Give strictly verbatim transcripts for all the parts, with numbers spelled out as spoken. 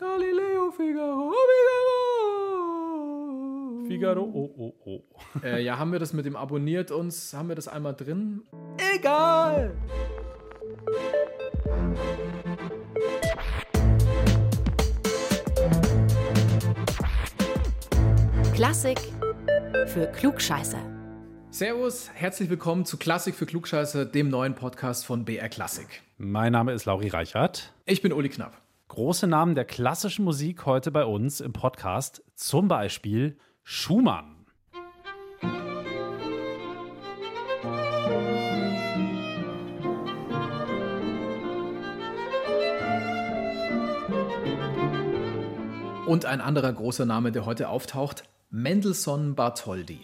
Galileo Figaro, Figaro. Figaro, oh, oh, oh. Äh, ja, haben wir das mit dem Abonniert uns, haben wir das einmal drin? Egal! Klassik für Klugscheißer. Servus, herzlich willkommen zu Klassik für Klugscheißer, dem neuen Podcast von B R Klassik. Mein Name ist Lauri Reichert. Ich bin Uli Knapp. Große Namen der klassischen Musik heute bei uns im Podcast, zum Beispiel Schumann. Und ein anderer großer Name, der heute auftaucht, Mendelssohn Bartholdy.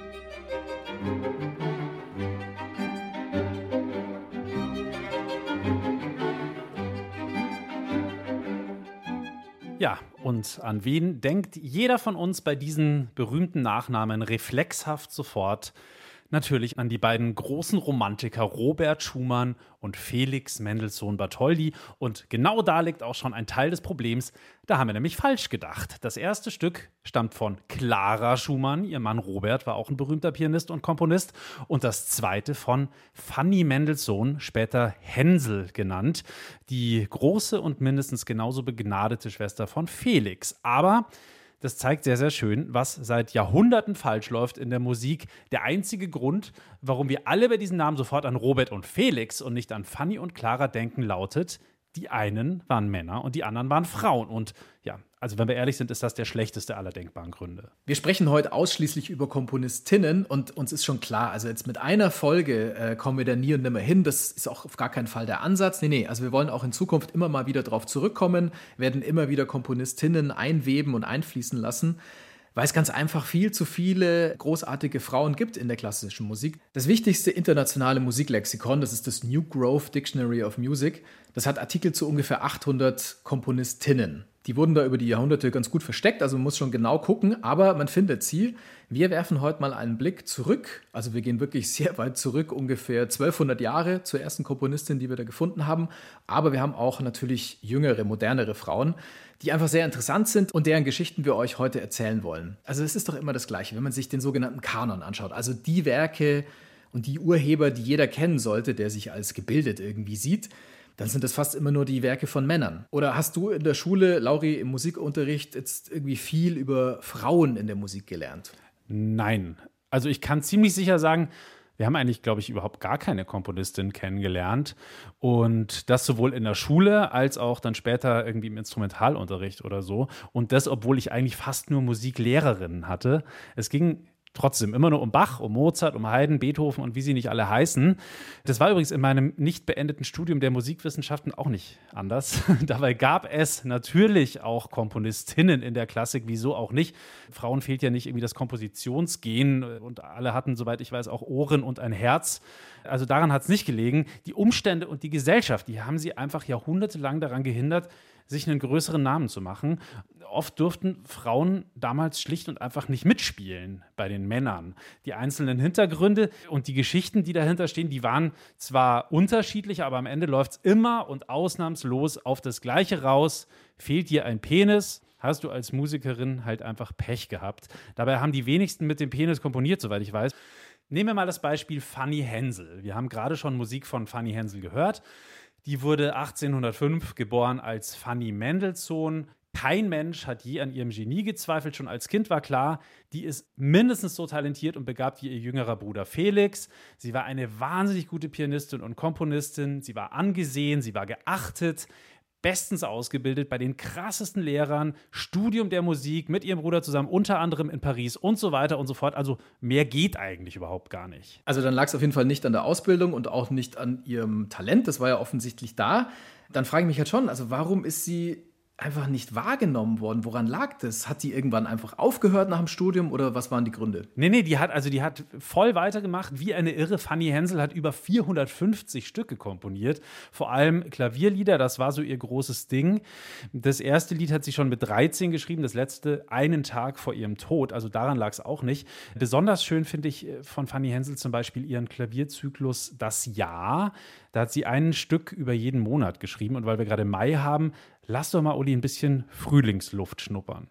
Ja, und an wen denkt jeder von uns bei diesen berühmten Nachnamen reflexhaft sofort? Natürlich an die beiden großen Romantiker Robert Schumann und Felix Mendelssohn Bartholdy. Und genau da liegt auch schon ein Teil des Problems. Da haben wir nämlich falsch gedacht. Das erste Stück stammt von Clara Schumann. Ihr Mann Robert war auch ein berühmter Pianist und Komponist. Und das zweite von Fanny Mendelssohn, später Hänsel genannt. Die große und mindestens genauso begnadete Schwester von Felix. Aber das zeigt sehr, sehr schön, was seit Jahrhunderten falsch läuft in der Musik. Der einzige Grund, warum wir alle bei diesen Namen sofort an Robert und Felix und nicht an Fanny und Clara denken, lautet: Die einen waren Männer und die anderen waren Frauen. Und ja, also wenn wir ehrlich sind, ist das der schlechteste aller denkbaren Gründe. Wir sprechen heute ausschließlich über Komponistinnen und uns ist schon klar, also jetzt mit einer Folge äh, kommen wir da nie und nimmer hin. Das ist auch auf gar keinen Fall der Ansatz. Nee, nee, also wir wollen auch in Zukunft immer mal wieder drauf zurückkommen, werden immer wieder Komponistinnen einweben und einfließen lassen, weil es ganz einfach viel zu viele großartige Frauen gibt in der klassischen Musik. Das wichtigste internationale Musiklexikon, das ist das New Grove Dictionary of Music, das hat Artikel zu ungefähr achthundert Komponistinnen. Die wurden da über die Jahrhunderte ganz gut versteckt, also man muss schon genau gucken, aber man findet sie. Wir werfen heute mal einen Blick zurück, also wir gehen wirklich sehr weit zurück, ungefähr zwölfhundert Jahre zur ersten Komponistin, die wir da gefunden haben. Aber wir haben auch natürlich jüngere, modernere Frauen, die einfach sehr interessant sind und deren Geschichten wir euch heute erzählen wollen. Also es ist doch immer das Gleiche, wenn man sich den sogenannten Kanon anschaut, also die Werke und die Urheber, die jeder kennen sollte, der sich als gebildet irgendwie sieht, dann sind das fast immer nur die Werke von Männern. Oder hast du in der Schule, Lauri, im Musikunterricht jetzt irgendwie viel über Frauen in der Musik gelernt? Nein. Also ich kann ziemlich sicher sagen, wir haben eigentlich, glaube ich, überhaupt gar keine Komponistin kennengelernt. Und das sowohl in der Schule als auch dann später irgendwie im Instrumentalunterricht oder so. Und das, obwohl ich eigentlich fast nur Musiklehrerinnen hatte. Es ging trotzdem immer nur um Bach, um Mozart, um Haydn, Beethoven und wie sie nicht alle heißen. Das war übrigens in meinem nicht beendeten Studium der Musikwissenschaften auch nicht anders. Dabei gab es natürlich auch Komponistinnen in der Klassik, wieso auch nicht. Frauen fehlt ja nicht irgendwie das Kompositionsgen und alle hatten, soweit ich weiß, auch Ohren und ein Herz. Also daran hat es nicht gelegen. Die Umstände und die Gesellschaft, die haben sie einfach jahrhundertelang daran gehindert, sich einen größeren Namen zu machen. Oft durften Frauen damals schlicht und einfach nicht mitspielen bei den Männern. Die einzelnen Hintergründe und die Geschichten, die dahinter stehen, die waren zwar unterschiedlich, aber am Ende läuft es immer und ausnahmslos auf das Gleiche raus. Fehlt dir ein Penis, hast du als Musikerin halt einfach Pech gehabt. Dabei haben die wenigsten mit dem Penis komponiert, soweit ich weiß. Nehmen wir mal das Beispiel Fanny Hänsel. Wir haben gerade schon Musik von Fanny Hänsel gehört. Die wurde achtzehnhundertfünf geboren als Fanny Mendelssohn. Kein Mensch hat je an ihrem Genie gezweifelt. Schon als Kind war klar, die ist mindestens so talentiert und begabt wie ihr jüngerer Bruder Felix. Sie war eine wahnsinnig gute Pianistin und Komponistin. Sie war angesehen, sie war geachtet, bestens ausgebildet bei den krassesten Lehrern, Studium der Musik mit ihrem Bruder zusammen, unter anderem in Paris und so weiter und so fort. Also mehr geht eigentlich überhaupt gar nicht. Also dann lag es auf jeden Fall nicht an der Ausbildung und auch nicht an ihrem Talent, das war ja offensichtlich da. Dann frage ich mich halt schon, also warum ist sie einfach nicht wahrgenommen worden? Woran lag das? Hat die irgendwann einfach aufgehört nach dem Studium oder was waren die Gründe? Nee, nee, die hat, also die hat voll weitergemacht, wie eine Irre. Fanny Hänsel hat über vierhundertfünfzig Stücke komponiert, vor allem Klavierlieder, das war so ihr großes Ding. Das erste Lied hat sie schon mit dreizehn geschrieben, das letzte einen Tag vor ihrem Tod, also daran lag es auch nicht. Besonders schön finde ich von Fanny Hänsel zum Beispiel ihren Klavierzyklus Das Jahr. Da hat sie ein Stück über jeden Monat geschrieben und weil wir gerade Mai haben, Lass doch mal, Uli, ein bisschen Frühlingsluft schnuppern.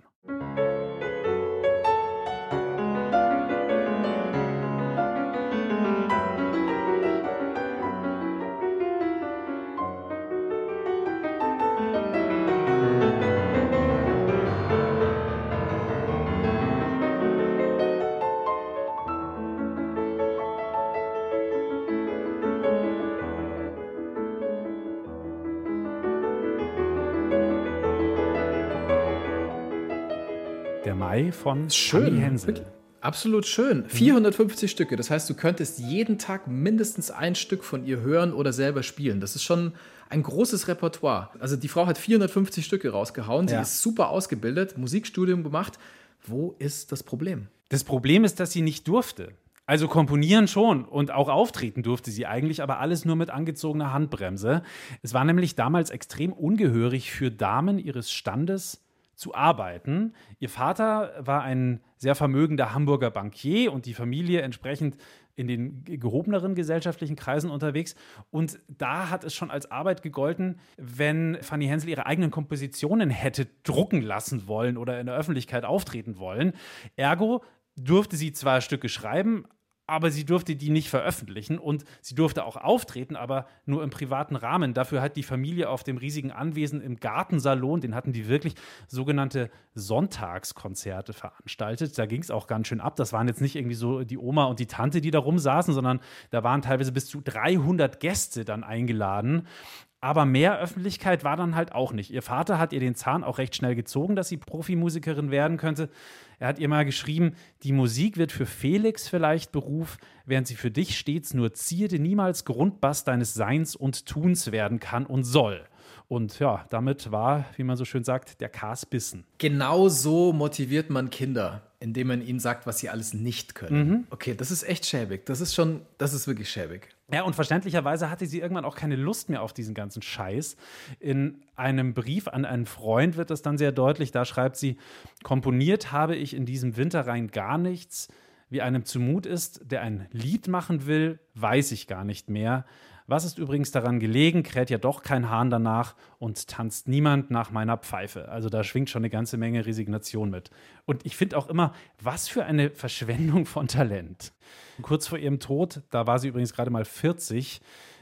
Der Mai von Schön. Fanny Hensel. Wirklich. Absolut schön. vierhundertfünfzig Stücke. Das heißt, du könntest jeden Tag mindestens ein Stück von ihr hören oder selber spielen. Das ist schon ein großes Repertoire. Also die Frau hat vierhundertfünfzig Stücke rausgehauen. Sie Ja. ist super ausgebildet, Musikstudium gemacht. Wo ist das Problem? Das Problem ist, dass sie nicht durfte. Also komponieren schon und auch auftreten durfte sie eigentlich, aber alles nur mit angezogener Handbremse. Es war nämlich damals extrem ungehörig für Damen ihres Standes zu arbeiten. Ihr Vater war ein sehr vermögender Hamburger Bankier und die Familie entsprechend in den gehobeneren gesellschaftlichen Kreisen unterwegs. Und da hat es schon als Arbeit gegolten, wenn Fanny Hensel ihre eigenen Kompositionen hätte drucken lassen wollen oder in der Öffentlichkeit auftreten wollen. Ergo durfte sie zwar Stücke schreiben, aber sie durfte die nicht veröffentlichen und sie durfte auch auftreten, aber nur im privaten Rahmen. Dafür hat die Familie auf dem riesigen Anwesen im Gartensalon, den hatten die wirklich, sogenannte Sonntagskonzerte veranstaltet. Da ging es auch ganz schön ab. Das waren jetzt nicht irgendwie so die Oma und die Tante, die da rumsaßen, sondern da waren teilweise bis zu dreihundert Gäste dann eingeladen. Aber mehr Öffentlichkeit war dann halt auch nicht. Ihr Vater hat ihr den Zahn auch recht schnell gezogen, dass sie Profimusikerin werden könnte. Er hat ihr mal geschrieben, die Musik wird für Felix vielleicht Beruf, während sie für dich stets nur Zierde, niemals Grundbass deines Seins und Tuns werden kann und soll. Und ja, damit war, wie man so schön sagt, der Kas bissen. Genau so motiviert man Kinder, indem man ihnen sagt, was sie alles nicht können. Mhm. Okay, das ist echt schäbig. Das ist schon, das ist wirklich schäbig. Ja, und verständlicherweise hatte sie irgendwann auch keine Lust mehr auf diesen ganzen Scheiß. In einem Brief an einen Freund wird das dann sehr deutlich. Da schreibt sie, komponiert habe ich in diesem Winter rein gar nichts. Wie einem zumut ist, der ein Lied machen will, weiß ich gar nicht mehr. Was ist übrigens daran gelegen, kräht ja doch kein Hahn danach und tanzt niemand nach meiner Pfeife. Also da schwingt schon eine ganze Menge Resignation mit. Und ich finde auch immer, was für eine Verschwendung von Talent. Kurz vor ihrem Tod, da war sie übrigens gerade mal vierzig,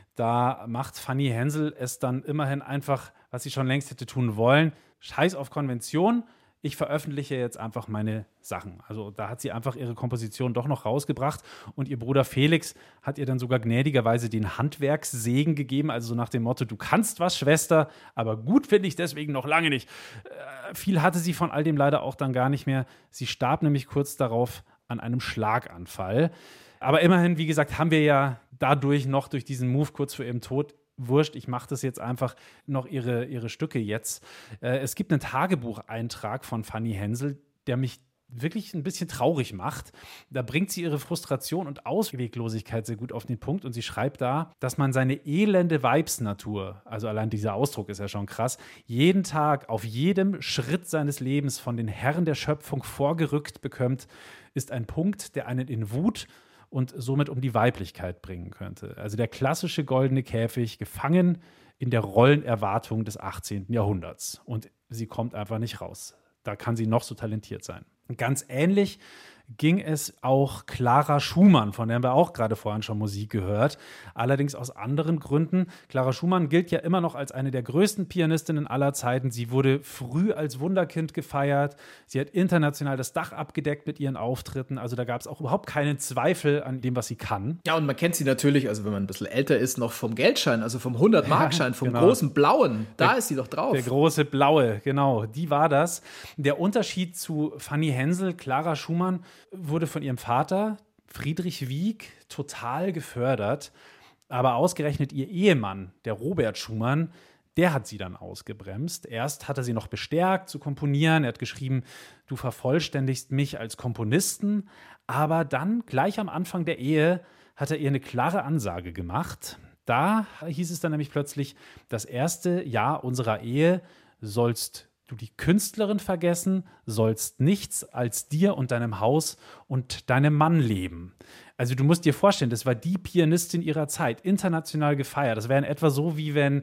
da macht Fanny Hensel es dann immerhin einfach, was sie schon längst hätte tun wollen, Scheiß auf Konvention. Ich veröffentliche jetzt einfach meine Sachen. Also da hat sie einfach ihre Komposition doch noch rausgebracht und ihr Bruder Felix hat ihr dann sogar gnädigerweise den Handwerkssegen gegeben, also so nach dem Motto, du kannst was, Schwester, aber gut finde ich deswegen noch lange nicht. Äh, viel hatte sie von all dem leider auch dann gar nicht mehr. Sie starb nämlich kurz darauf an einem Schlaganfall. Aber immerhin, wie gesagt, haben wir ja dadurch noch durch diesen Move kurz vor ihrem Tod wurscht, ich mache das jetzt einfach noch ihre, ihre Stücke jetzt. Äh, es gibt einen Tagebucheintrag von Fanny Hensel, der mich wirklich ein bisschen traurig macht. Da bringt sie ihre Frustration und Ausweglosigkeit sehr gut auf den Punkt und sie schreibt da, dass man seine elende Weibsnatur, also allein dieser Ausdruck ist ja schon krass, jeden Tag auf jedem Schritt seines Lebens von den Herren der Schöpfung vorgerückt bekommt, ist ein Punkt, der einen in Wut und somit um die Weiblichkeit bringen könnte. Also der klassische goldene Käfig, gefangen in der Rollenerwartung des achtzehnten Jahrhunderts. Und sie kommt einfach nicht raus. Da kann sie noch so talentiert sein. Ganz ähnlich ging es auch Clara Schumann, von der haben wir auch gerade vorhin schon Musik gehört, allerdings aus anderen Gründen. Clara Schumann gilt ja immer noch als eine der größten Pianistinnen aller Zeiten. Sie wurde früh als Wunderkind gefeiert. Sie hat international das Dach abgedeckt mit ihren Auftritten. Also da gab es auch überhaupt keinen Zweifel an dem, was sie kann. Ja, und man kennt sie natürlich, also wenn man ein bisschen älter ist, noch vom Geldschein, also vom hundert-Mark-Schein, vom genau. großen Blauen. Da der, ist sie doch drauf. Der große Blaue, genau, die war das. Der Unterschied zu Fanny Hensel, Clara Schumann, wurde von ihrem Vater, Friedrich Wieck, total gefördert. Aber ausgerechnet ihr Ehemann, der Robert Schumann, der hat sie dann ausgebremst. Erst hat er sie noch bestärkt zu komponieren. Er hat geschrieben, du vervollständigst mich als Komponisten. Aber dann, gleich am Anfang der Ehe, hat er ihr eine klare Ansage gemacht. Da hieß es dann nämlich plötzlich, das erste Jahr unserer Ehe sollst du die Künstlerin vergessen, sollst nichts als dir und deinem Haus und deinem Mann leben. Also du musst dir vorstellen, das war die Pianistin ihrer Zeit, international gefeiert. Das wäre in etwa so, wie wenn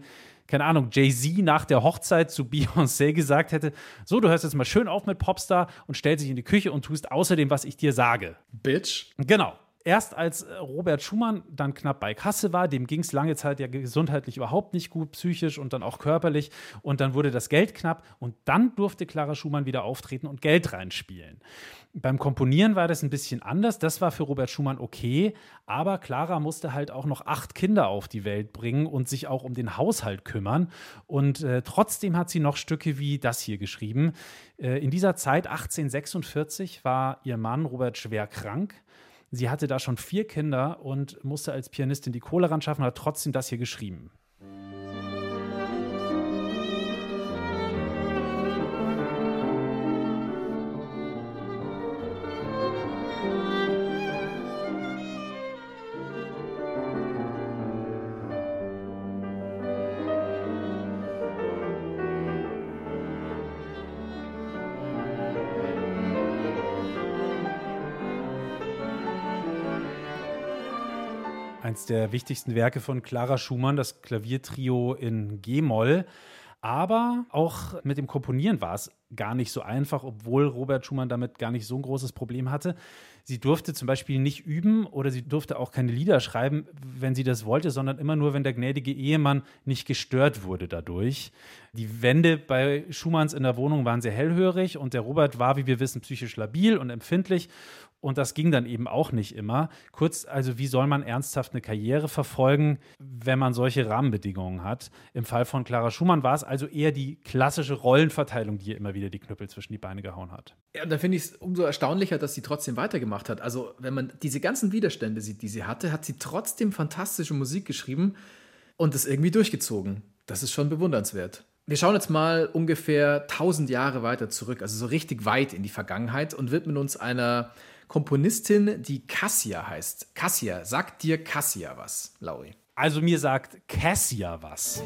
keine Ahnung, Jay-Z nach der Hochzeit zu Beyoncé gesagt hätte, so, du hörst jetzt mal schön auf mit Popstar und stellst dich in die Küche und tust außerdem, was ich dir sage. Bitch. Genau. Erst als Robert Schumann dann knapp bei Kasse war, dem ging es lange Zeit ja gesundheitlich überhaupt nicht gut, psychisch und dann auch körperlich. Und dann wurde das Geld knapp und dann durfte Clara Schumann wieder auftreten und Geld reinspielen. Beim Komponieren war das ein bisschen anders. Das war für Robert Schumann okay, aber Clara musste halt auch noch acht Kinder auf die Welt bringen und sich auch um den Haushalt kümmern. Und äh, trotzdem hat sie noch Stücke wie das hier geschrieben. Äh, in dieser Zeit, achtzehnhundertsechsundvierzig, war ihr Mann Robert schwer krank. Sie hatte da schon vier Kinder und musste als Pianistin die Kohle ran schaffen, hat trotzdem das hier geschrieben. Eins der wichtigsten Werke von Clara Schumann, das Klaviertrio in G-Moll. Aber auch mit dem Komponieren war es gar nicht so einfach, obwohl Robert Schumann damit gar nicht so ein großes Problem hatte. Sie durfte zum Beispiel nicht üben oder sie durfte auch keine Lieder schreiben, wenn sie das wollte, sondern immer nur, wenn der gnädige Ehemann nicht gestört wurde dadurch. Die Wände bei Schumanns in der Wohnung waren sehr hellhörig und der Robert war, wie wir wissen, psychisch labil und empfindlich. Und das ging dann eben auch nicht immer. Kurz, also wie soll man ernsthaft eine Karriere verfolgen, wenn man solche Rahmenbedingungen hat? Im Fall von Clara Schumann war es also eher die klassische Rollenverteilung, die ihr immer wieder die Knüppel zwischen die Beine gehauen hat. Ja, und da finde ich es umso erstaunlicher, dass sie trotzdem weitergemacht hat. Also wenn man diese ganzen Widerstände sieht, die sie hatte, hat sie trotzdem fantastische Musik geschrieben und das irgendwie durchgezogen. Das ist schon bewundernswert. Wir schauen jetzt mal ungefähr tausend Jahre weiter zurück, also so richtig weit in die Vergangenheit und widmen uns einer Komponistin, die Cassia heißt. Cassia, sagt dir Cassia was, Lauri? Also mir sagt Cassia was.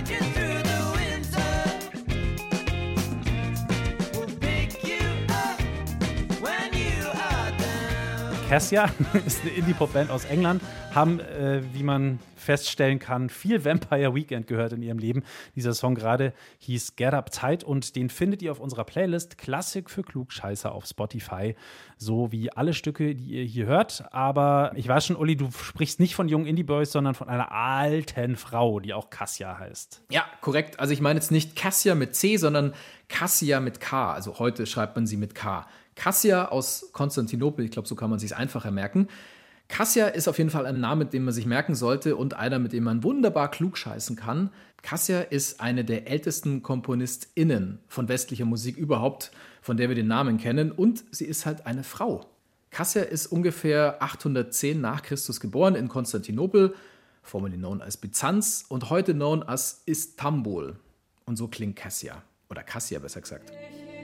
Cassia ist eine Indie-Pop-Band aus England, haben, äh, wie man feststellen kann, viel Vampire Weekend gehört in ihrem Leben. Dieser Song gerade hieß Get Up Tight und den findet ihr auf unserer Playlist Klassik für Klugscheißer auf Spotify, so wie alle Stücke, die ihr hier hört. Aber ich weiß schon, Uli, du sprichst nicht von jungen Indie-Boys, sondern von einer alten Frau, die auch Cassia heißt. Ja, korrekt. Also ich meine jetzt nicht Cassia mit C, sondern Cassia mit K. Also heute schreibt man sie mit K. Cassia aus Konstantinopel, ich glaube, so kann man sich es einfacher merken. Cassia ist auf jeden Fall ein Name, den man sich merken sollte und einer, mit dem man wunderbar klugscheißen kann. Cassia ist eine der ältesten KomponistInnen von westlicher Musik überhaupt, von der wir den Namen kennen, und sie ist halt eine Frau. Cassia ist ungefähr achthundertzehn nach Christus geboren in Konstantinopel, formerly known als Byzanz und heute known als Istanbul. Und so klingt Cassia, oder Cassia besser gesagt.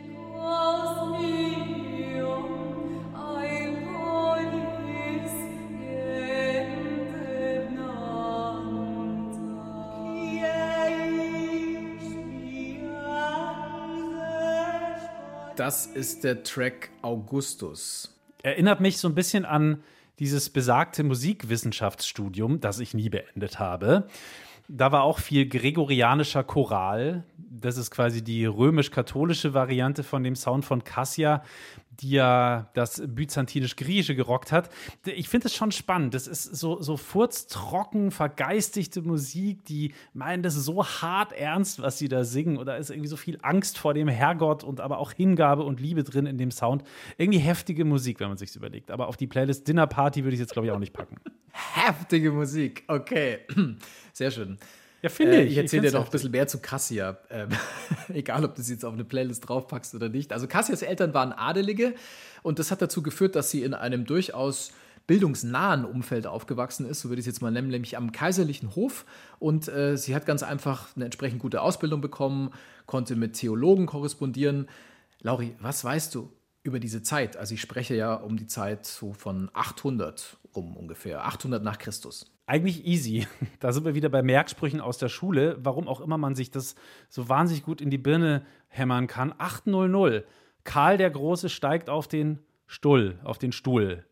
Das ist der Track Augustus. Erinnert mich so ein bisschen an dieses besagte Musikwissenschaftsstudium, das ich nie beendet habe. Da war auch viel gregorianischer Choral. Das ist quasi die römisch-katholische Variante von dem Sound von Cassia, die ja das byzantinisch-griechische gerockt hat. Ich finde es schon spannend. Das ist so, so furztrocken, vergeistigte Musik, die meinen, das ist so hart ernst, was sie da singen. Oder ist irgendwie so viel Angst vor dem Herrgott und aber auch Hingabe und Liebe drin in dem Sound. Irgendwie heftige Musik, wenn man sich überlegt. Aber auf die Playlist Dinner Party würde ich jetzt, glaube ich, auch nicht packen. Heftige Musik, okay. Sehr schön. Ja, finde äh, ich. Ich erzähle ich dir noch ein bisschen mehr zu Cassia. Ähm, egal, ob du sie jetzt auf eine Playlist draufpackst oder nicht. Also Cassias Eltern waren Adelige und das hat dazu geführt, dass sie in einem durchaus bildungsnahen Umfeld aufgewachsen ist, so würde ich es jetzt mal nennen, nämlich am kaiserlichen Hof. Und äh, sie hat ganz einfach eine entsprechend gute Ausbildung bekommen, konnte mit Theologen korrespondieren. Lauri, was weißt du über diese Zeit? Also ich spreche ja um die Zeit so von achthundert rum ungefähr, achthundert nach Christus. Eigentlich easy. Da sind wir wieder bei Merksprüchen aus der Schule, warum auch immer man sich das so wahnsinnig gut in die Birne hämmern kann. achthundert. Karl der Große steigt auf den Stuhl, auf den Stuhl.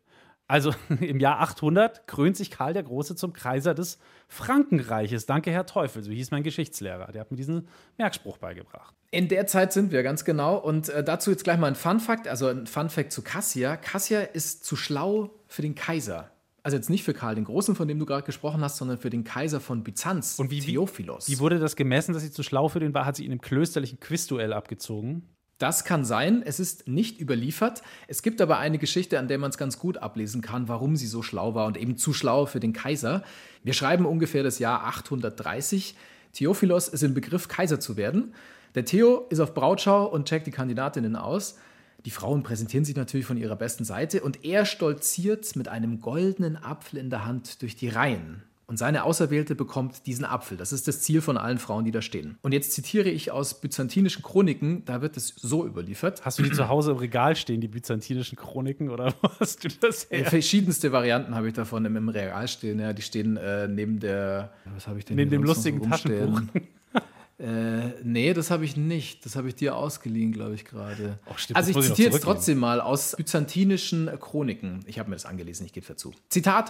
Also im Jahr achthundert krönt sich Karl der Große zum Kaiser des Frankenreiches. Danke, Herr Teufel, so hieß mein Geschichtslehrer. Der hat mir diesen Merkspruch beigebracht. In der Zeit sind wir, ganz genau. Und äh, dazu jetzt gleich mal ein Fun-Fact, also ein Fun-Fact zu Kassia. Kassia ist zu schlau für den Kaiser. Also jetzt nicht für Karl den Großen, von dem du gerade gesprochen hast, sondern für den Kaiser von Byzanz, Und wie, Theophilos. Wie, wie wurde das gemessen, dass sie zu schlau für den war? Hat sie ihn im klösterlichen Quizduell abgezogen? Das kann sein, es ist nicht überliefert. Es gibt aber eine Geschichte, an der man es ganz gut ablesen kann, warum sie so schlau war und eben zu schlau für den Kaiser. Wir schreiben ungefähr das Jahr achthundertdreißig. Theophilos ist im Begriff, Kaiser zu werden. Der Theo ist auf Brautschau und checkt die Kandidatinnen aus. Die Frauen präsentieren sich natürlich von ihrer besten Seite und er stolziert mit einem goldenen Apfel in der Hand durch die Reihen. Und seine Auserwählte bekommt diesen Apfel. Das ist das Ziel von allen Frauen, die da stehen. Und jetzt zitiere ich aus byzantinischen Chroniken, da wird es so überliefert. Hast du die zu Hause im Regal stehen, die byzantinischen Chroniken, oder wo hast du das her? Ja, verschiedenste Varianten habe ich davon im, im Regal stehen. Ja, die stehen äh, neben der, was habe ich denn Neben hier dem sonst noch lustigen so rumstehen? Taschenbuch. Äh, nee, das habe ich nicht. Das habe ich dir ausgeliehen, glaube ich, gerade. Oh, stimmt, also das ich muss ich noch zitiere jetzt zurückgeben. trotzdem mal aus byzantinischen Chroniken. Ich habe mir das angelesen, ich gebe dazu. Zitat: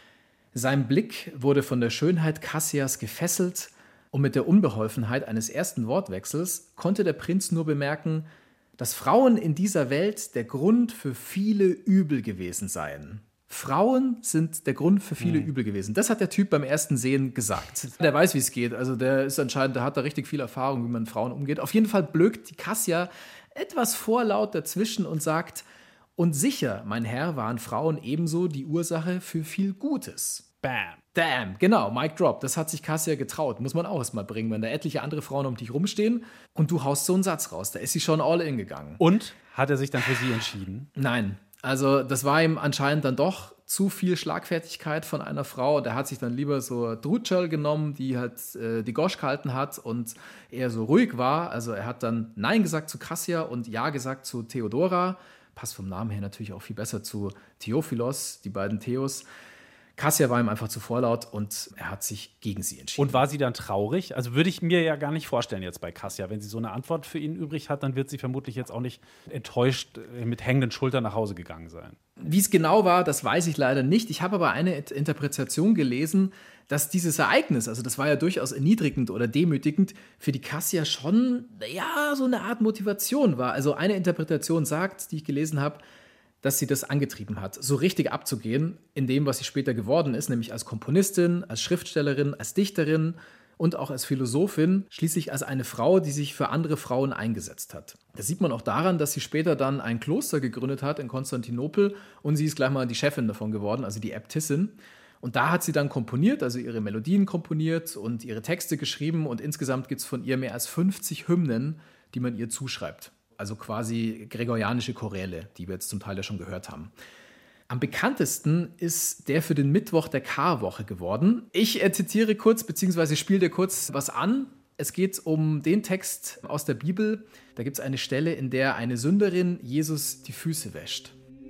Sein Blick wurde von der Schönheit Kassias gefesselt und mit der Unbeholfenheit eines ersten Wortwechsels konnte der Prinz nur bemerken, dass Frauen in dieser Welt der Grund für viele Übel gewesen seien. Frauen sind der Grund für viele Mhm. Übel gewesen. Das hat der Typ beim ersten Sehen gesagt. Der weiß, wie es geht. Also der ist anscheinend, der hat da richtig viel Erfahrung, wie man mit Frauen umgeht. Auf jeden Fall blökt die Kassia etwas vorlaut dazwischen und sagt: Und sicher, mein Herr, waren Frauen ebenso die Ursache für viel Gutes. Bam. Damn, genau, Mic Drop. Das hat sich Kassia getraut. Muss man auch erst mal bringen, wenn da etliche andere Frauen um dich rumstehen und du haust so einen Satz raus. Da ist sie schon all in gegangen. Und hat er sich dann für sie entschieden? Nein, also das war ihm anscheinend dann doch zu viel Schlagfertigkeit von einer Frau. Und er hat sich dann lieber so Drutschal genommen, die halt äh, die Gosch gehalten hat und eher so ruhig war. Also er hat dann Nein gesagt zu Kassia und Ja gesagt zu Theodora. Passt vom Namen her natürlich auch viel besser zu Theophilos, die beiden Theos. Kassia war ihm einfach zu vorlaut und er hat sich gegen sie entschieden. Und war sie dann traurig? Also würde ich mir ja gar nicht vorstellen jetzt bei Kassia. Wenn sie so eine Antwort für ihn übrig hat, dann wird sie vermutlich jetzt auch nicht enttäuscht äh, mit hängenden Schultern nach Hause gegangen sein. Wie es genau war, das weiß ich leider nicht. Ich habe aber eine Interpretation gelesen, dass dieses Ereignis, also das war ja durchaus erniedrigend oder demütigend, für die Kassia schon, ja, so eine Art Motivation war. Also eine Interpretation sagt, die ich gelesen habe, dass sie das angetrieben hat, so richtig abzugehen in dem, was sie später geworden ist, nämlich als Komponistin, als Schriftstellerin, als Dichterin und auch als Philosophin, schließlich als eine Frau, die sich für andere Frauen eingesetzt hat. Das sieht man auch daran, dass sie später dann ein Kloster gegründet hat in Konstantinopel und sie ist gleich mal die Chefin davon geworden, also die Äbtissin. Und da hat sie dann komponiert, also ihre Melodien komponiert und ihre Texte geschrieben und insgesamt gibt es von ihr mehr als fünfzig Hymnen, die man ihr zuschreibt. Also quasi gregorianische Choräle, die wir jetzt zum Teil ja schon gehört haben. Am bekanntesten ist der für den Mittwoch der Karwoche geworden. Ich äh, zitiere kurz, beziehungsweise spiele dir kurz was an. Es geht um den Text aus der Bibel. Da gibt es eine Stelle, in der eine Sünderin Jesus die Füße wäscht.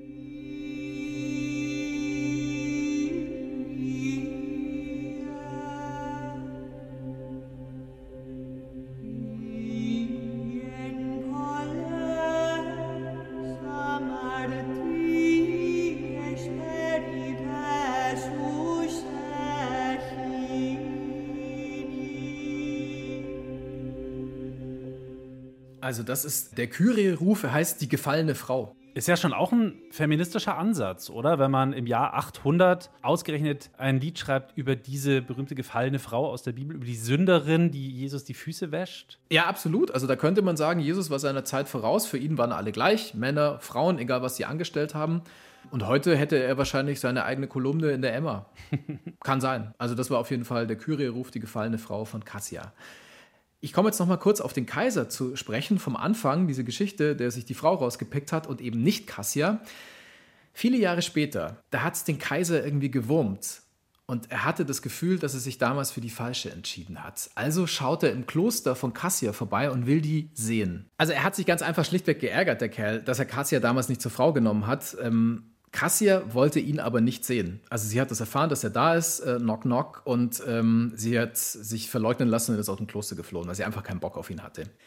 Also das ist der Kyrie-Ruf, er heißt die gefallene Frau. Ist ja schon auch ein feministischer Ansatz, oder? Wenn man im Jahr achthundert ausgerechnet ein Lied schreibt über diese berühmte gefallene Frau aus der Bibel, über die Sünderin, die Jesus die Füße wäscht. Ja, absolut. Also da könnte man sagen, Jesus war seiner Zeit voraus. Für ihn waren alle gleich, Männer, Frauen, egal was sie angestellt haben. Und heute hätte er wahrscheinlich seine eigene Kolumne in der Emma. Kann sein. Also das war auf jeden Fall der Kyrie-Ruf, die gefallene Frau von Kassia. Ich komme jetzt noch mal kurz auf den Kaiser zu sprechen, vom Anfang, diese Geschichte, der sich die Frau rausgepickt hat und eben nicht Kassia. Viele Jahre später, da hat es den Kaiser irgendwie gewurmt und er hatte das Gefühl, dass er sich damals für die falsche entschieden hat. Also schaut er im Kloster von Kassia vorbei und will die sehen. Also er hat sich ganz einfach schlichtweg geärgert, der Kerl, dass er Kassia damals nicht zur Frau genommen hat. Ähm, Kassia wollte ihn aber nicht sehen. Also sie hat das erfahren, dass er da ist, äh, knock knock, und ähm, sie hat sich verleugnen lassen und ist aus dem Kloster geflohen, weil sie einfach keinen Bock auf ihn hatte.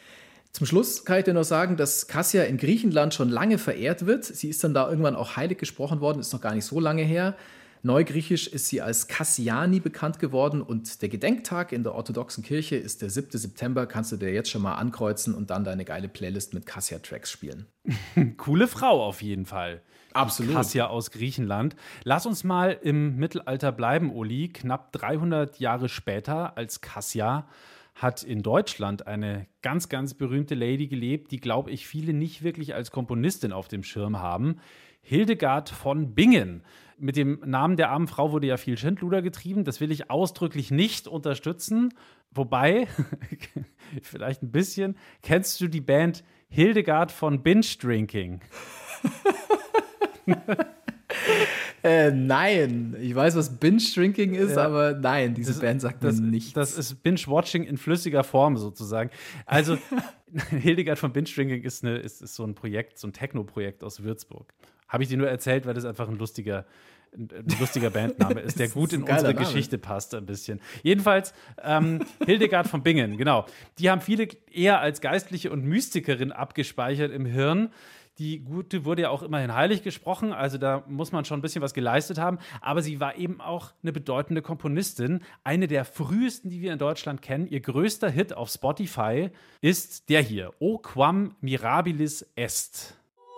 Zum Schluss kann ich dir noch sagen, dass Kassia in Griechenland schon lange verehrt wird. Sie ist dann da irgendwann auch heilig gesprochen worden, ist noch gar nicht so lange her. Neugriechisch ist sie als Kassiani bekannt geworden und der Gedenktag in der orthodoxen Kirche ist der siebte September. Kannst du dir jetzt schon mal ankreuzen und dann deine geile Playlist mit Kassia-Tracks spielen. Coole Frau auf jeden Fall. Absolut. Kassia aus Griechenland. Lass uns mal im Mittelalter bleiben, Uli. Knapp dreihundert Jahre später als Kassia hat in Deutschland eine ganz, ganz berühmte Lady gelebt, die, glaube ich, viele nicht wirklich als Komponistin auf dem Schirm haben. Hildegard von Bingen. Mit dem Namen der armen Frau wurde ja viel Schindluder getrieben. Das will ich ausdrücklich nicht unterstützen. Wobei, vielleicht ein bisschen, kennst du die Band Hildegard von Binge Drinking? Äh, nein, ich weiß, was Binge-Drinking ist, ja. aber nein, diese das, Band sagt das, mir nichts. Das ist Binge-Watching in flüssiger Form sozusagen. Also Hildegard von Binge-Drinking ist, eine, ist, ist so ein Projekt, so ein Techno-Projekt aus Würzburg. Habe ich dir nur erzählt, weil das einfach ein lustiger, ein, ein lustiger Bandname ist, der gut in unsere Name. Geschichte passt ein bisschen. Jedenfalls ähm, Hildegard von Bingen, genau. Die haben viele eher als Geistliche und Mystikerin abgespeichert im Hirn. Die Gute wurde ja auch immerhin heilig gesprochen, also da muss man schon ein bisschen was geleistet haben. Aber sie war eben auch eine bedeutende Komponistin, eine der frühesten, die wir in Deutschland kennen. Ihr größter Hit auf Spotify ist der hier, O Quam Mirabilis Est.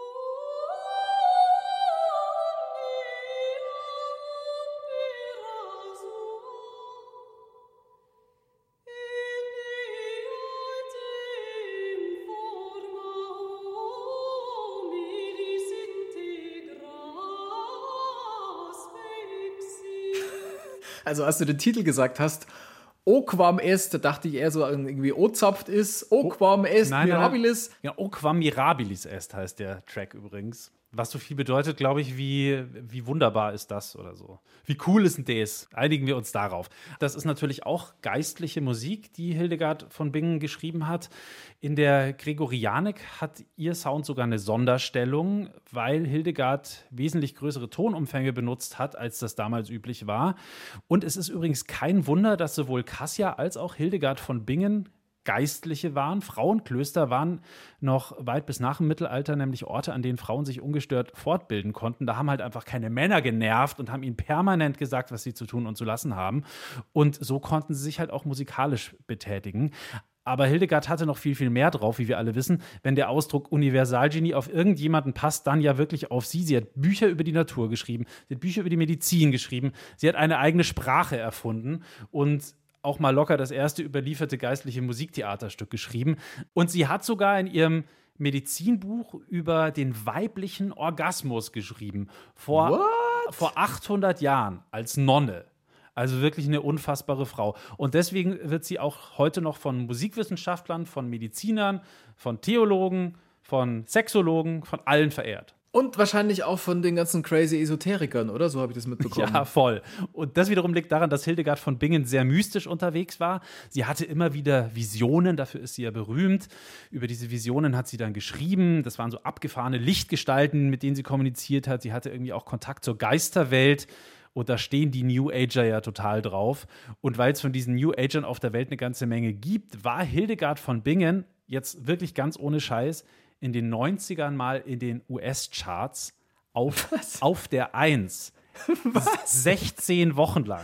Also als du den Titel gesagt hast, O Quam Est, da dachte ich eher so irgendwie O zapft ist, O Quam Est Nein, Mirabilis. Nein, nein. Ja, O Quam Mirabilis Est heißt der Track übrigens. Was so viel bedeutet, glaube ich, wie, wie wunderbar ist das oder so. Wie cool ist denn das? Einigen wir uns darauf. Das ist natürlich auch geistliche Musik, die Hildegard von Bingen geschrieben hat. In der Gregorianik hat ihr Sound sogar eine Sonderstellung, weil Hildegard wesentlich größere Tonumfänge benutzt hat, als das damals üblich war. Und es ist übrigens kein Wunder, dass sowohl Kassia als auch Hildegard von Bingen Geistliche waren. Frauenklöster waren noch weit bis nach dem Mittelalter nämlich Orte, an denen Frauen sich ungestört fortbilden konnten. Da haben halt einfach keine Männer genervt und haben ihnen permanent gesagt, was sie zu tun und zu lassen haben. Und so konnten sie sich halt auch musikalisch betätigen. Aber Hildegard hatte noch viel, viel mehr drauf, wie wir alle wissen. Wenn der Ausdruck Universalgenie auf irgendjemanden passt, dann ja wirklich auf sie. Sie hat Bücher über die Natur geschrieben, sie hat Bücher über die Medizin geschrieben, sie hat eine eigene Sprache erfunden und auch mal locker das erste überlieferte geistliche Musiktheaterstück geschrieben. Und sie hat sogar in ihrem Medizinbuch über den weiblichen Orgasmus geschrieben. Vor, What? vor achthundert Jahren als Nonne. Also wirklich eine unfassbare Frau. Und deswegen wird sie auch heute noch von Musikwissenschaftlern, von Medizinern, von Theologen, von Sexologen, von allen verehrt. Und wahrscheinlich auch von den ganzen crazy Esoterikern, oder? So habe ich das mitbekommen. Ja, voll. Und das wiederum liegt daran, dass Hildegard von Bingen sehr mystisch unterwegs war. Sie hatte immer wieder Visionen, dafür ist sie ja berühmt. Über diese Visionen hat sie dann geschrieben. Das waren so abgefahrene Lichtgestalten, mit denen sie kommuniziert hat. Sie hatte irgendwie auch Kontakt zur Geisterwelt. Und da stehen die New Ager ja total drauf. Und weil es von diesen New Agern auf der Welt eine ganze Menge gibt, war Hildegard von Bingen, jetzt wirklich ganz ohne Scheiß, in den neunzigern mal in den U S-Charts auf, auf der Eins. Was? sechzehn Wochen lang.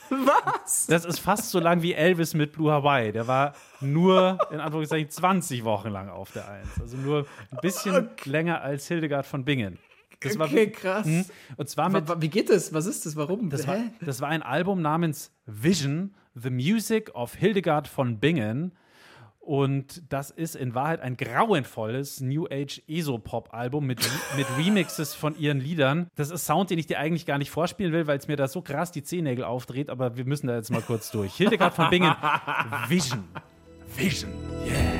Was? Das ist fast so lang wie Elvis mit Blue Hawaii. Der war nur, in Anführungszeichen, zwanzig Wochen lang auf der Eins. Also nur ein bisschen okay. länger als Hildegard von Bingen. Das war, okay, krass. Mh, und zwar mit, wie geht das? Was ist das? Warum? Das war, das war ein Album namens Vision, The Music of Hildegard von Bingen. Und das ist in Wahrheit ein grauenvolles New Age ESO-Pop-Album mit, mit Remixes von ihren Liedern. Das ist Sound, den ich dir eigentlich gar nicht vorspielen will, weil es mir da so krass die Zehennägel aufdreht, aber wir müssen da jetzt mal kurz durch. Hildegard von Bingen, Vision. Vision, yeah.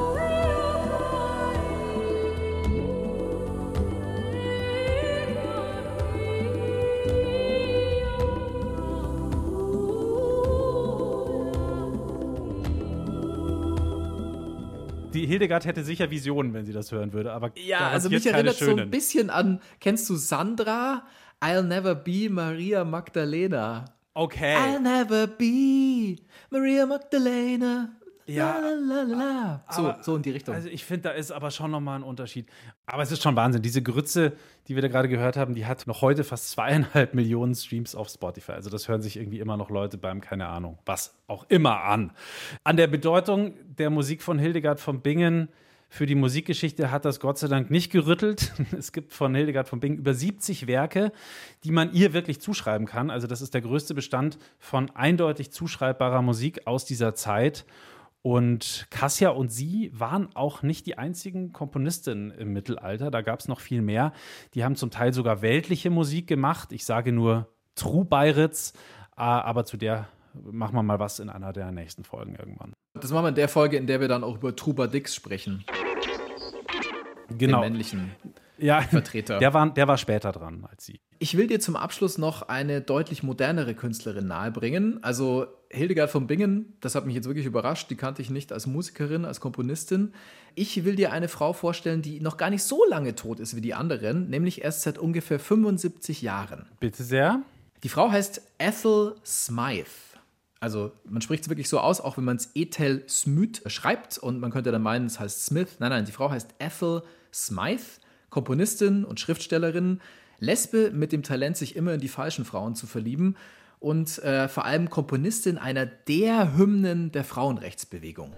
Die Hildegard hätte sicher Visionen, wenn sie das hören würde, aber ja, also mich erinnert so ein bisschen an, kennst du Sandra? I'll never be Maria Magdalena. Okay. I'll never be Maria Magdalena. Ja, la, la, la, la. So, aber, so in die Richtung. Also ich finde, da ist aber schon nochmal ein Unterschied. Aber es ist schon Wahnsinn. Diese Grütze, die wir da gerade gehört haben, die hat noch heute fast zweieinhalb Millionen Streams auf Spotify. Also das hören sich irgendwie immer noch Leute beim, keine Ahnung, was auch immer an. An der Bedeutung der Musik von Hildegard von Bingen für die Musikgeschichte hat das Gott sei Dank nicht gerüttelt. Es gibt von Hildegard von Bingen über siebzig Werke, die man ihr wirklich zuschreiben kann. Also das ist der größte Bestand von eindeutig zuschreibbarer Musik aus dieser Zeit. Und Kassia und sie waren auch nicht die einzigen Komponistinnen im Mittelalter. Da gab es noch viel mehr. Die haben zum Teil sogar weltliche Musik gemacht. Ich sage nur Trubeiritz, aber zu der machen wir mal was in einer der nächsten Folgen irgendwann. Das machen wir in der Folge, in der wir dann auch über Trubadix sprechen. Genau. Den männlichen ja, Vertreter. Der war, der war später dran als sie. Ich will dir zum Abschluss noch eine deutlich modernere Künstlerin nahebringen. Also Hildegard von Bingen, das hat mich jetzt wirklich überrascht, die kannte ich nicht als Musikerin, als Komponistin. Ich will dir eine Frau vorstellen, die noch gar nicht so lange tot ist wie die anderen, nämlich erst seit ungefähr fünfundsiebzig Jahren. Bitte sehr. Die Frau heißt Ethel Smythe. Also man spricht es wirklich so aus, auch wenn man es Ethel Smythe schreibt und man könnte dann meinen, es heißt Smith. Nein, nein, die Frau heißt Ethel Smythe, Komponistin und Schriftstellerin, Lesbe mit dem Talent, sich immer in die falschen Frauen zu verlieben und äh, vor allem Komponistin einer der Hymnen der Frauenrechtsbewegung.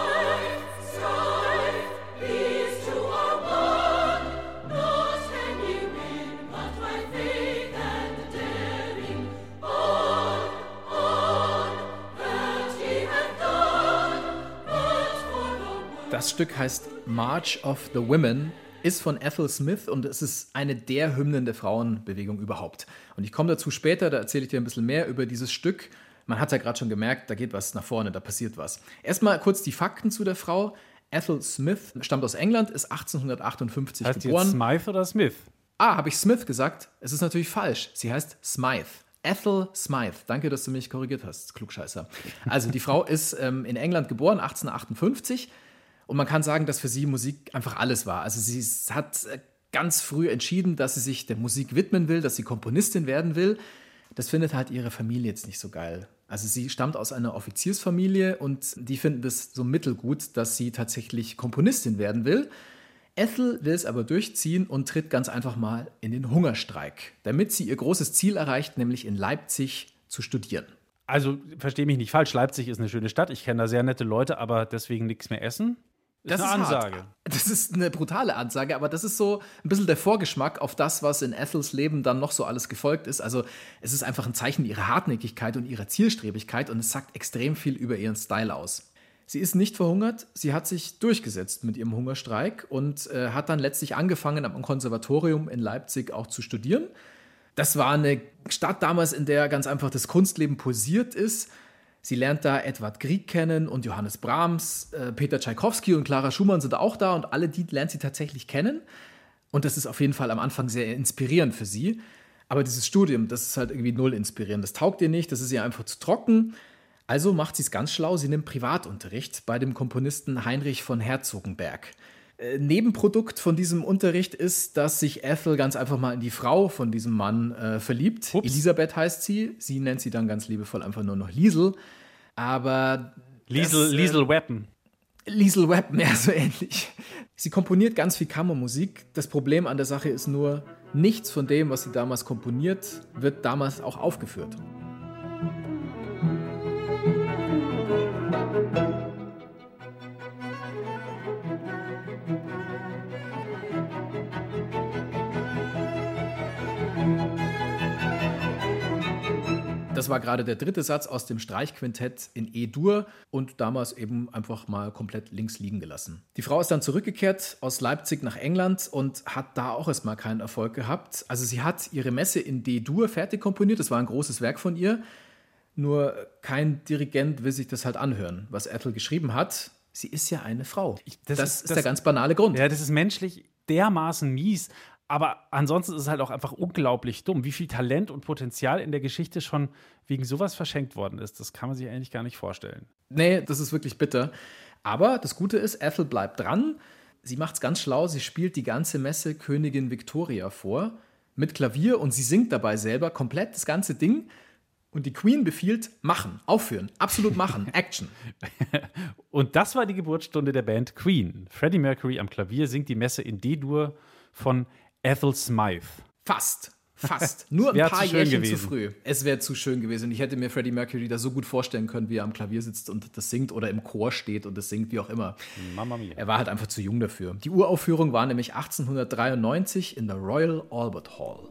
Das Stück heißt March of the Women, ist von Ethel Smythe und es ist eine der Hymnen der Frauenbewegung überhaupt. Und ich komme dazu später, da erzähle ich dir ein bisschen mehr über dieses Stück. Man hat ja gerade schon gemerkt, da geht was nach vorne, da passiert was. Erstmal kurz die Fakten zu der Frau. Ethel Smythe stammt aus England, ist achtzehnhundertachtundfünfzig heißt geboren. Heißt sie jetzt Smythe oder Smith? Ah, habe ich Smith gesagt? Es ist natürlich falsch. Sie heißt Smythe. Ethel Smythe. Danke, dass du mich korrigiert hast, Klugscheißer. Also die Frau ist ähm, in England geboren, achtzehnhundertachtundfünfzig. Und man kann sagen, dass für sie Musik einfach alles war. Also sie hat ganz früh entschieden, dass sie sich der Musik widmen will, dass sie Komponistin werden will. Das findet halt ihre Familie jetzt nicht so geil. Also sie stammt aus einer Offiziersfamilie und die finden das so mittelgut, dass sie tatsächlich Komponistin werden will. Ethel will es aber durchziehen und tritt ganz einfach mal in den Hungerstreik, damit sie ihr großes Ziel erreicht, nämlich in Leipzig zu studieren. Also, verstehe mich nicht falsch, Leipzig ist eine schöne Stadt, ich kenne da sehr nette Leute, aber deswegen nichts mehr essen? Das ist eine Ansage. Hart. Das ist eine brutale Ansage, aber das ist so ein bisschen der Vorgeschmack auf das, was in Ethels Leben dann noch so alles gefolgt ist. Also es ist einfach ein Zeichen ihrer Hartnäckigkeit und ihrer Zielstrebigkeit und es sagt extrem viel über ihren Style aus. Sie ist nicht verhungert, sie hat sich durchgesetzt mit ihrem Hungerstreik und äh, hat dann letztlich angefangen, am Konservatorium in Leipzig auch zu studieren. Das war eine Stadt damals, in der ganz einfach das Kunstleben pulsiert ist. Sie lernt da Edvard Grieg kennen und Johannes Brahms, äh, Peter Tschaikowski und Clara Schumann sind auch da und alle die lernt sie tatsächlich kennen. Und das ist auf jeden Fall am Anfang sehr inspirierend für sie. Aber dieses Studium, das ist halt irgendwie null inspirierend. Das taugt ihr nicht, das ist ihr einfach zu trocken. Also macht sie es ganz schlau, sie nimmt Privatunterricht bei dem Komponisten Heinrich von Herzogenberg. Äh, Nebenprodukt von diesem Unterricht ist, dass sich Ethel ganz einfach mal in die Frau von diesem Mann äh, verliebt. Ups. Elisabeth heißt sie. Sie nennt sie dann ganz liebevoll einfach nur noch Liesel. Aber Liesel, das, äh, Liesel Weapon. Liesel Weapon, ja, so ähnlich. Sie komponiert ganz viel Kammermusik. Das Problem an der Sache ist nur, nichts von dem, was sie damals komponiert, wird damals auch aufgeführt. Das war gerade der dritte Satz aus dem Streichquintett in E-Dur und damals eben einfach mal komplett links liegen gelassen. Die Frau ist dann zurückgekehrt aus Leipzig nach England und hat da auch erstmal keinen Erfolg gehabt. Also sie hat ihre Messe in D-Dur fertig komponiert, das war ein großes Werk von ihr. Nur kein Dirigent will sich das halt anhören, was Ethel geschrieben hat. Sie ist ja eine Frau. Ich, das, das ist, ist das, der ganz banale Grund. Ja, das ist menschlich dermaßen mies. Aber ansonsten ist es halt auch einfach unglaublich dumm, wie viel Talent und Potenzial in der Geschichte schon wegen sowas verschenkt worden ist. Das kann man sich eigentlich gar nicht vorstellen. Nee, das ist wirklich bitter. Aber das Gute ist, Ethel bleibt dran. Sie macht's ganz schlau. Sie spielt die ganze Messe Königin Victoria vor mit Klavier und sie singt dabei selber komplett das ganze Ding. Und die Queen befiehlt, machen, aufführen, absolut machen, Action. Und das war die Geburtsstunde der Band Queen. Freddie Mercury am Klavier singt die Messe in D-Dur von Ethel Smythe. Fast, fast. Nur ein paar zu Jährchen zu früh. Es wäre zu schön gewesen. Und ich hätte mir Freddie Mercury da so gut vorstellen können, wie er am Klavier sitzt und das singt oder im Chor steht und das singt, wie auch immer. Mama mia. Er war halt einfach zu jung dafür. Die Uraufführung war nämlich achtzehnhundertdreiundneunzig in der Royal Albert Hall.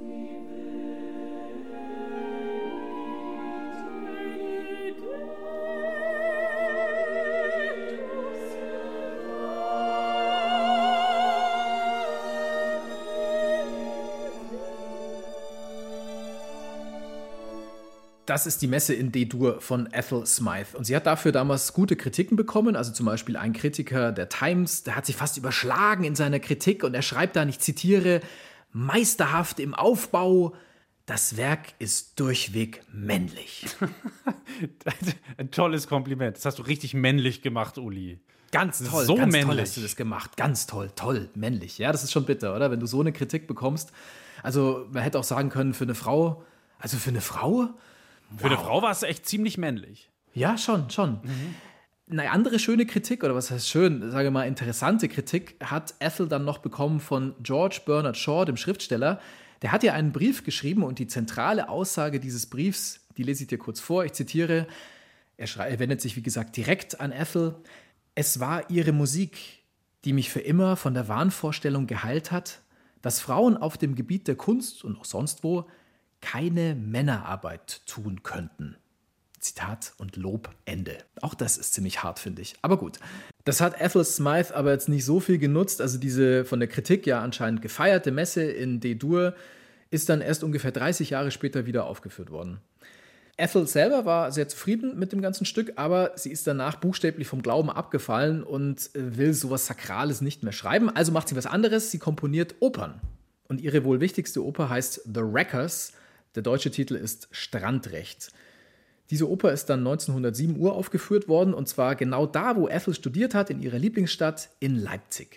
Das ist die Messe in D-Dur von Ethel Smythe. Und sie hat dafür damals gute Kritiken bekommen. Also zum Beispiel ein Kritiker der Times, der hat sich fast überschlagen in seiner Kritik. Und er schreibt dann, ich zitiere, meisterhaft im Aufbau, das Werk ist durchweg männlich. Ein tolles Kompliment. Das hast du richtig männlich gemacht, Uli. Ganz toll, so ganz männlich. toll hast du das gemacht. Ganz toll, toll, männlich. Ja, das ist schon bitter, oder? Wenn du so eine Kritik bekommst. Also man hätte auch sagen können, für eine Frau, also für eine Frau... Für wow. eine Frau war es echt ziemlich männlich. Ja, schon, schon. Mhm. Eine andere schöne Kritik, oder was heißt schön, sage mal interessante Kritik, hat Ethel dann noch bekommen von George Bernard Shaw, dem Schriftsteller. Der hat ihr einen Brief geschrieben und die zentrale Aussage dieses Briefs, die lese ich dir kurz vor, ich zitiere, er, schrei- er wendet sich wie gesagt direkt an Ethel. Es war ihre Musik, die mich für immer von der Wahnvorstellung geheilt hat, dass Frauen auf dem Gebiet der Kunst und auch sonst wo keine Männerarbeit tun könnten. Zitat und Lob, Ende. Auch das ist ziemlich hart, finde ich. Aber gut. Das hat Ethel Smythe aber jetzt nicht so viel genutzt. Also diese von der Kritik ja anscheinend gefeierte Messe in D-Dur ist dann erst ungefähr dreißig Jahre später wieder aufgeführt worden. Ethel selber war sehr zufrieden mit dem ganzen Stück, aber sie ist danach buchstäblich vom Glauben abgefallen und will sowas Sakrales nicht mehr schreiben. Also macht sie was anderes. Sie komponiert Opern. Und ihre wohl wichtigste Oper heißt The Wreckers. Der deutsche Titel ist Strandrecht. Diese Oper ist dann neunzehnhundertsieben uraufgeführt worden, und zwar genau da, wo Ethel studiert hat, in ihrer Lieblingsstadt in Leipzig.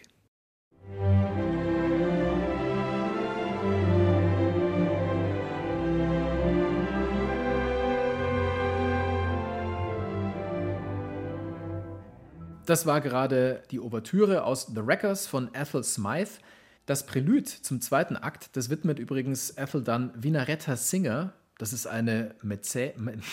Das war gerade die Ouvertüre aus The Wreckers von Ethel Smythe. Das Prälude zum zweiten Akt, das widmet übrigens Ethel dann Vinaretta Singer. Das ist eine Mäzä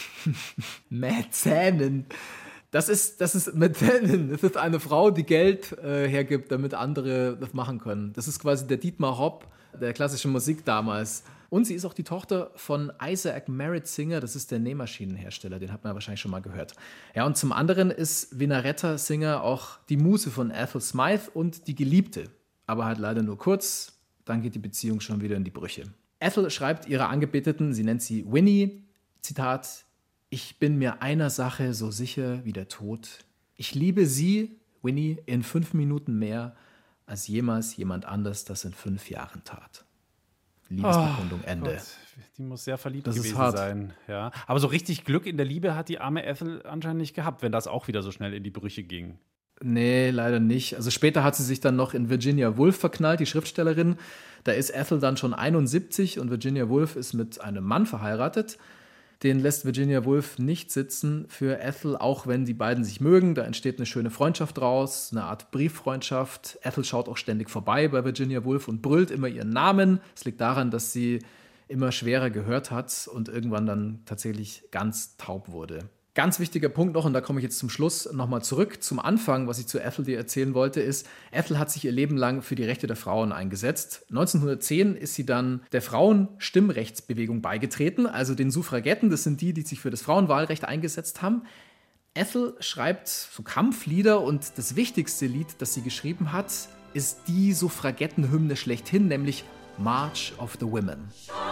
Mäzenin. Das ist, das ist Mäzenin. Das ist eine Frau, die Geld äh, hergibt, damit andere das machen können. Das ist quasi der Dietmar Hopp der klassischen Musik damals. Und sie ist auch die Tochter von Isaac Merritt Singer. Das ist der Nähmaschinenhersteller. Den hat man wahrscheinlich schon mal gehört. Ja, und zum anderen ist Vinaretta Singer auch die Muse von Ethel Smythe und die Geliebte. Aber halt leider nur kurz, dann geht die Beziehung schon wieder in die Brüche. Ethel schreibt ihrer Angebeteten, sie nennt sie Winnie, Zitat, ich bin mir einer Sache so sicher wie der Tod. Ich liebe sie, Winnie, in fünf Minuten mehr, als jemals jemand anders das in fünf Jahren tat. Liebesbekundung, oh, Ende. Gott. Die muss sehr verliebt das gewesen ist hart. sein. Ja. Aber so richtig Glück in der Liebe hat die arme Ethel anscheinend nicht gehabt, wenn das auch wieder so schnell in die Brüche ging. Nee, leider nicht. Also später hat sie sich dann noch in Virginia Woolf verknallt, die Schriftstellerin. Da ist Ethel dann schon einundsiebzig und Virginia Woolf ist mit einem Mann verheiratet. Den lässt Virginia Woolf nicht sitzen für Ethel, auch wenn die beiden sich mögen. Da entsteht eine schöne Freundschaft draus, eine Art Brieffreundschaft. Ethel schaut auch ständig vorbei bei Virginia Woolf und brüllt immer ihren Namen. Es liegt daran, dass sie immer schwerer gehört hat und irgendwann dann tatsächlich ganz taub wurde. Ganz wichtiger Punkt noch, und da komme ich jetzt zum Schluss nochmal zurück zum Anfang, was ich zu Ethel dir erzählen wollte, ist, Ethel hat sich ihr Leben lang für die Rechte der Frauen eingesetzt. neunzehnhundertzehn ist sie dann der Frauenstimmrechtsbewegung beigetreten, also den Suffragetten, das sind die, die sich für das Frauenwahlrecht eingesetzt haben. Ethel schreibt so Kampflieder und das wichtigste Lied, das sie geschrieben hat, ist die Suffragettenhymne schlechthin, nämlich March of the Women.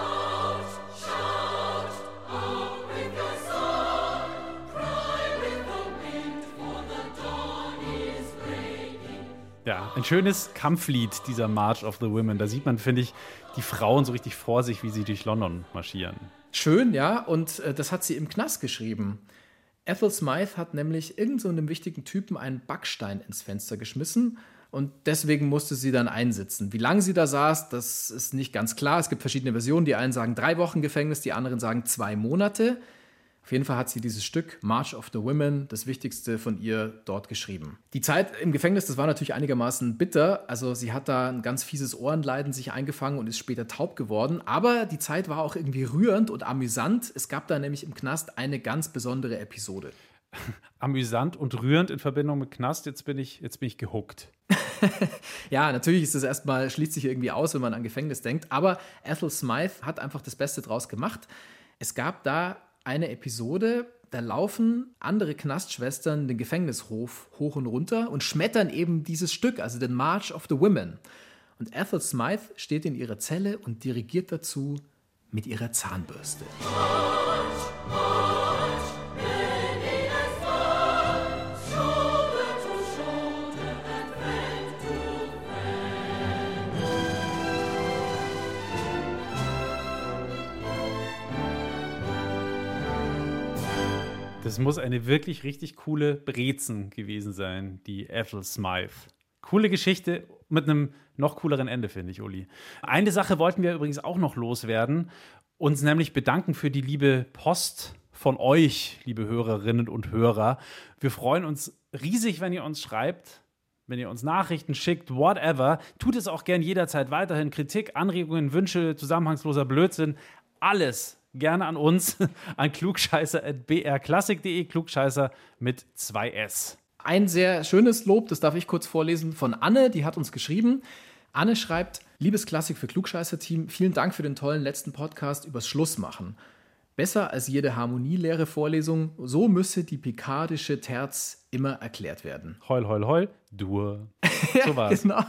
Ja, ein schönes Kampflied, dieser March of the Women. Da sieht man, finde ich, die Frauen so richtig vor sich, wie sie durch London marschieren. Schön, ja, und äh, das hat sie im Knast geschrieben. Ethel Smythe hat nämlich irgend so einem wichtigen Typen einen Backstein ins Fenster geschmissen und deswegen musste sie dann einsitzen. Wie lange sie da saß, das ist nicht ganz klar. Es gibt verschiedene Versionen. Die einen sagen drei Wochen Gefängnis, die anderen sagen zwei Monate. Auf jeden Fall hat sie dieses Stück March of the Women, das Wichtigste von ihr, dort geschrieben. Die Zeit im Gefängnis, das war natürlich einigermaßen bitter. Also sie hat da ein ganz fieses Ohrenleiden sich eingefangen und ist später taub geworden. Aber die Zeit war auch irgendwie rührend und amüsant. Es gab da nämlich im Knast eine ganz besondere Episode. Amüsant und rührend in Verbindung mit Knast, jetzt bin ich, jetzt bin ich gehuckt. Ja, natürlich ist das erstmal, schließt sich irgendwie aus, wenn man an Gefängnis denkt. Aber Ethel Smythe hat einfach das Beste draus gemacht. Es gab da eine Episode, da laufen andere Knastschwestern den Gefängnishof hoch und runter und schmettern eben dieses Stück, also den March of the Women. Und Ethel Smythe steht in ihrer Zelle und dirigiert dazu mit ihrer Zahnbürste. Das muss eine wirklich richtig coole Brezen gewesen sein, die Ethel Smythe. Coole Geschichte mit einem noch cooleren Ende, finde ich, Uli. Eine Sache wollten wir übrigens auch noch loswerden, uns nämlich bedanken für die liebe Post von euch, liebe Hörerinnen und Hörer. Wir freuen uns riesig, wenn ihr uns schreibt, wenn ihr uns Nachrichten schickt, whatever. Tut es auch gern jederzeit weiterhin. Kritik, Anregungen, Wünsche, zusammenhangsloser Blödsinn, alles gerne an uns, an klugscheißer at b r klassik punkt de, Klugscheißer mit zwei S. Ein sehr schönes Lob, das darf ich kurz vorlesen, von Anne, die hat uns geschrieben. Anne schreibt: Liebes Klassik für Klugscheißer-Team, vielen Dank für den tollen letzten Podcast übers Schlussmachen. Besser als jede harmonielehre Vorlesung, so müsse die pikardische Terz immer erklärt werden. Heul, heul, heul, dur. So war's. Ja, genau.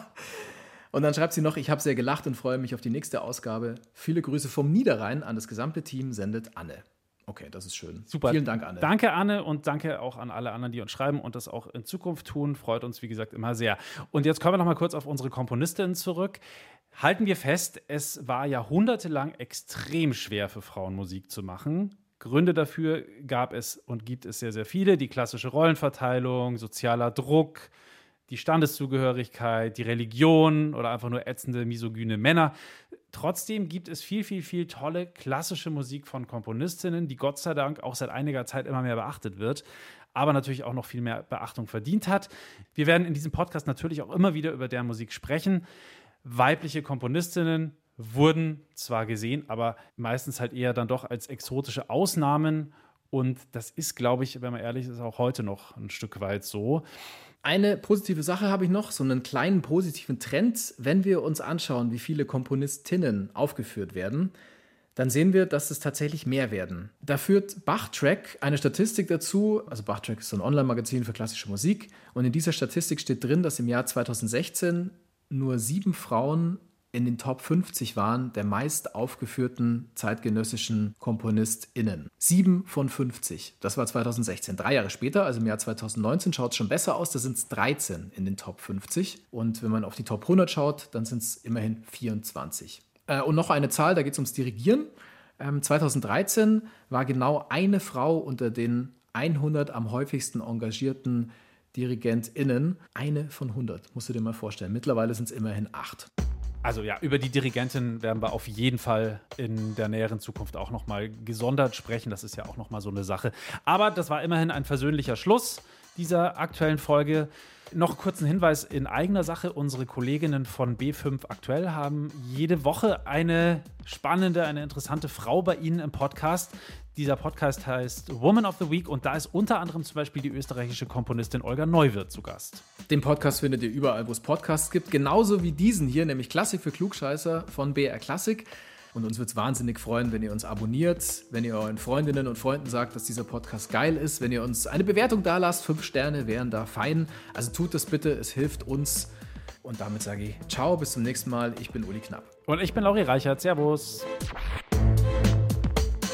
Und dann schreibt sie noch: Ich habe sehr gelacht und freue mich auf die nächste Ausgabe. Viele Grüße vom Niederrhein an das gesamte Team, sendet Anne. Okay, das ist schön. Super. Vielen Dank, Anne. Danke, Anne, und danke auch an alle anderen, die uns schreiben und das auch in Zukunft tun. Freut uns, wie gesagt, immer sehr. Und jetzt kommen wir noch mal kurz auf unsere Komponistin zurück. Halten wir fest, es war jahrhundertelang extrem schwer für Frauen Musik zu machen. Gründe dafür gab es und gibt es sehr, sehr viele. Die klassische Rollenverteilung, sozialer Druck, die Standeszugehörigkeit, die Religion oder einfach nur ätzende, misogyne Männer. Trotzdem gibt es viel, viel, viel tolle klassische Musik von Komponistinnen, die Gott sei Dank auch seit einiger Zeit immer mehr beachtet wird, aber natürlich auch noch viel mehr Beachtung verdient hat. Wir werden in diesem Podcast natürlich auch immer wieder über deren Musik sprechen. Weibliche Komponistinnen wurden zwar gesehen, aber meistens halt eher dann doch als exotische Ausnahmen. Und das ist, glaube ich, wenn man ehrlich ist, auch heute noch ein Stück weit so. Eine positive Sache habe ich noch, so einen kleinen positiven Trend. Wenn wir uns anschauen, wie viele Komponistinnen aufgeführt werden, dann sehen wir, dass es tatsächlich mehr werden. Da führt Bachtrack eine Statistik dazu. Also Bachtrack ist so ein Online-Magazin für klassische Musik. Und in dieser Statistik steht drin, dass im Jahr zweitausendsechzehn nur sieben Frauen in den Top fünfzig waren der meist aufgeführten zeitgenössischen KomponistInnen. Sieben von fünfzig. Das war zweitausendsechzehn. Drei Jahre später, also im Jahr zweitausendneunzehn, schaut es schon besser aus. Da sind es dreizehn in den Top fünfzig. Und wenn man auf die Top hundert schaut, dann sind es immerhin vierundzwanzig. Äh, und noch eine Zahl, da geht es ums Dirigieren. Ähm, zweitausenddreizehn war genau eine Frau unter den hundert am häufigsten engagierten DirigentInnen. Eine von hundert, musst du dir mal vorstellen. Mittlerweile sind es immerhin acht. Also ja, über die Dirigentin werden wir auf jeden Fall in der näheren Zukunft auch noch mal gesondert sprechen. Das ist ja auch noch mal so eine Sache. Aber das war immerhin ein versöhnlicher Schluss dieser aktuellen Folge. Noch kurz ein Hinweis in eigener Sache. Unsere Kolleginnen von B fünf Aktuell haben jede Woche eine spannende, eine interessante Frau bei Ihnen im Podcast. Dieser Podcast heißt Woman of the Week und da ist unter anderem zum Beispiel die österreichische Komponistin Olga Neuwirth zu Gast. Den Podcast findet ihr überall, wo es Podcasts gibt, genauso wie diesen hier, nämlich Klassik für Klugscheißer von B R Klassik. Und uns würde es wahnsinnig freuen, wenn ihr uns abonniert, wenn ihr euren Freundinnen und Freunden sagt, dass dieser Podcast geil ist, wenn ihr uns eine Bewertung da lasst, fünf Sterne wären da fein. Also tut das bitte, es hilft uns. Und damit sage ich ciao, bis zum nächsten Mal. Ich bin Uli Knapp. Und ich bin Lauri Reichert. Servus.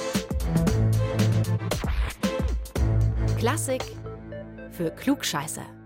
Klassik für Klugscheißer.